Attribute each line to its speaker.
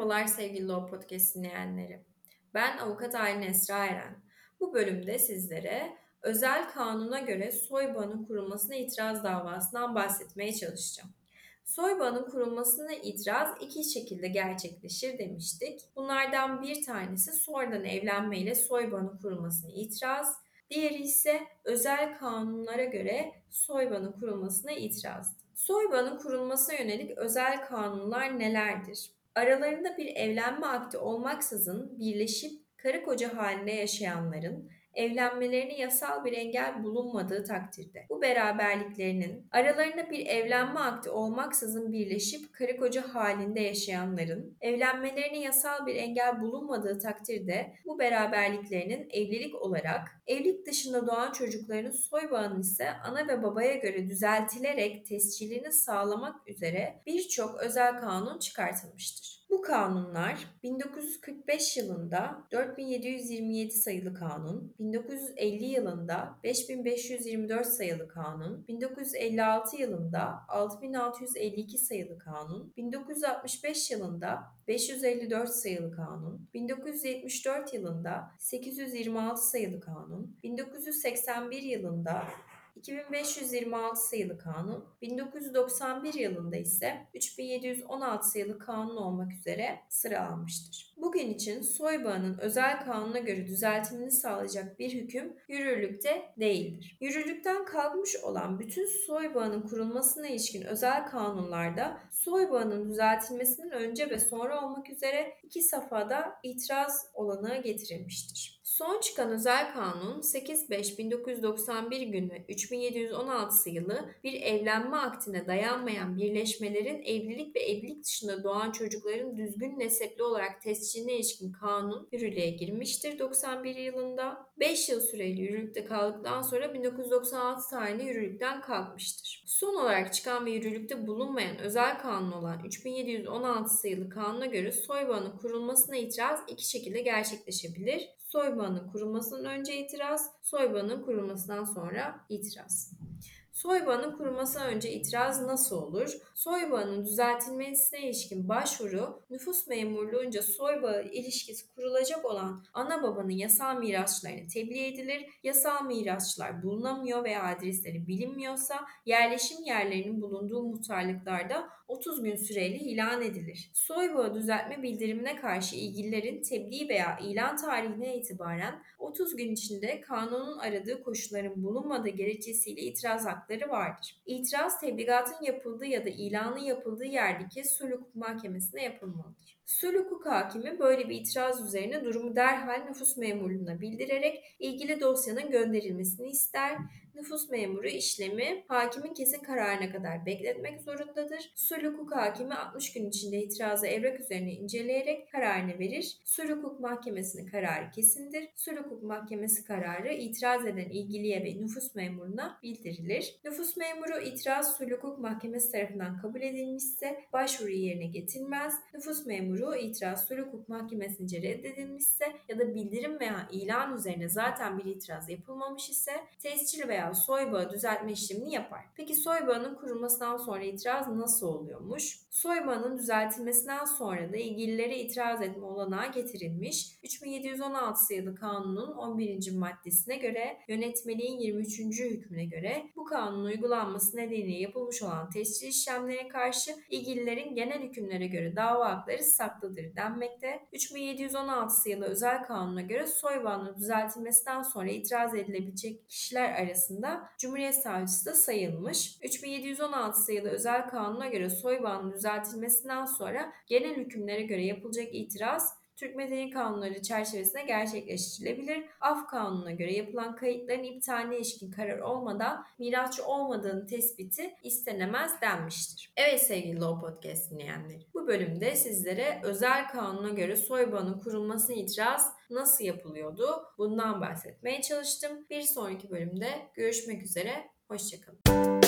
Speaker 1: Merhabalar sevgili Law Podcast dinleyenleri. Ben avukat Aylin Esra Eren. Bu bölümde sizlere özel kanuna göre soy bağının kurulmasına itiraz davasından bahsetmeye çalışacağım. Soy bağının kurulmasına itiraz iki şekilde gerçekleşir demiştik. Bunlardan bir tanesi sonradan evlenmeyle soy bağının kurulmasına itiraz, diğeri ise özel kanunlara göre soy bağının kurulmasına itirazdı. Soy bağının kurulmasına yönelik özel kanunlar nelerdir? Aralarında bir evlenme akdi olmaksızın birleşip karı koca halinde yaşayanların evlenmelerine yasal bir engel bulunmadığı takdirde bu beraberliklerinin aralarında bir evlenme akdi olmaksızın birleşip karı koca halinde yaşayanların evlenmelerine yasal bir engel bulunmadığı takdirde bu beraberliklerinin evlilik olarak evlilik dışında doğan çocukların soy bağının ise ana ve babaya göre düzeltilerek tescilini sağlamak üzere birçok özel kanun çıkartılmıştır. Bu kanunlar 1945 yılında 4727 sayılı kanun, 1950 yılında 5524 sayılı kanun, 1956 yılında 6652 sayılı kanun, 1965 yılında 554 sayılı kanun, 1974 yılında 826 sayılı kanun, 1981 yılında 2526 sayılı kanun, 1991 yılında ise 3716 sayılı kanun olmak üzere sıralanmıştır. Bugün için soy bağının özel kanuna göre düzeltimini sağlayacak bir hüküm yürürlükte değildir. Yürürlükten kalkmış olan bütün soy bağının kurulmasına ilişkin özel kanunlarda soy bağının düzeltilmesinin önce ve sonra olmak üzere iki safhada itiraz olanağı getirilmiştir. Son çıkan özel kanun 8-5-1991 günü 3716 yılı bir evlenme aktine dayanmayan birleşmelerin evlilik ve evlilik dışında doğan çocukların düzgün nesepli olarak tescilline ilişkin kanun yürürlüğe girmiştir 91 yılında. 5 yıl süreli yürürlükte kaldıktan sonra 1996 tarihinde yürürlükten kalkmıştır. Son olarak çıkan ve yürürlükte bulunmayan özel kanun olan 3716 sayılı kanuna göre soy bağının kurulmasına itiraz iki şekilde gerçekleşebilir. Soy bağının kurulmasından önce itiraz, soy bağının kurulmasından sonra itiraz. Soy bağının kurulmasından önce itiraz nasıl olur? Soy bağının düzeltilmesine ilişkin başvuru nüfus memurluğunca soy bağı ilişkisi kurulacak olan ana babanın yasal mirasçılarına tebliğ edilir. Yasal mirasçılar bulunamıyor veya adresleri bilinmiyorsa yerleşim yerlerinin bulunduğu muhtarlıklarda 30 gün süreyle ilan edilir. Soy bağı düzeltme bildirimine karşı ilgililerin tebliğ veya ilan tarihine itibaren 30 gün içinde kanunun aradığı koşulların bulunmadığı gerekçesiyle itiraz hakları vardır. İtiraz tebligatın yapıldığı ya da ilanın yapıldığı yerdeki sulh hukuk mahkemesine yapılmalıdır. Sulh hukuk hakimi böyle bir itiraz üzerine durumu derhal nüfus memurluğuna bildirerek ilgili dosyanın gönderilmesini ister. Nüfus memuru işlemi hakimin kesin kararına kadar bekletmek zorundadır. Sulh hukuk hakimi 60 gün içinde itirazı evrak üzerine inceleyerek kararını verir. Sulh hukuk mahkemesinin kararı kesindir. Sulh hukuk mahkemesi kararı itiraz eden ilgiliye ve nüfus memuruna bildirilir. Nüfus memuru itiraz sulh hukuk mahkemesi tarafından kabul edilmişse başvuru yerine getirmez. Nüfus memuru itiraz sulh hukuk mahkemesince reddedilmişse ya da bildirim veya ilan üzerine zaten bir itiraz yapılmamış ise tescil veya soy bağı düzeltme işlemini yapar. Peki soy bağının kurulmasından sonra itiraz nasıl oluyormuş? Soy bağının düzeltilmesinden sonra da ilgililere itiraz etme olanağı getirilmiş. 3716 sayılı kanunun 11. maddesine göre yönetmeliğin 23. hükmüne göre bu kanunun uygulanması nedeniyle yapılmış olan tescil işlemlerine karşı ilgililerin genel hükümlere göre dava hakları saklıdır denmekte. 3716 sayılı özel kanuna göre soy bağının düzeltilmesinden sonra itiraz edilebilecek kişiler arasında Cumhuriyet Savcısı da sayılmış. 3716 sayılı özel kanuna göre soy bağının düzeltilmesinden sonra genel hükümlere göre yapılacak itiraz Türk Medeni Kanunları çerçevesinde gerçekleştirilebilir. Af Kanunu'na göre yapılan kayıtların iptaline ilişkin karar olmadan mirasçı olmadığının tespiti istenemez denmiştir. Evet sevgili Law Podcast dinleyenleri. Bu bölümde sizlere özel kanuna göre soy bağının kurulmasına itiraz nasıl yapılıyordu? Bundan bahsetmeye çalıştım. Bir sonraki bölümde görüşmek üzere. Hoşçakalın.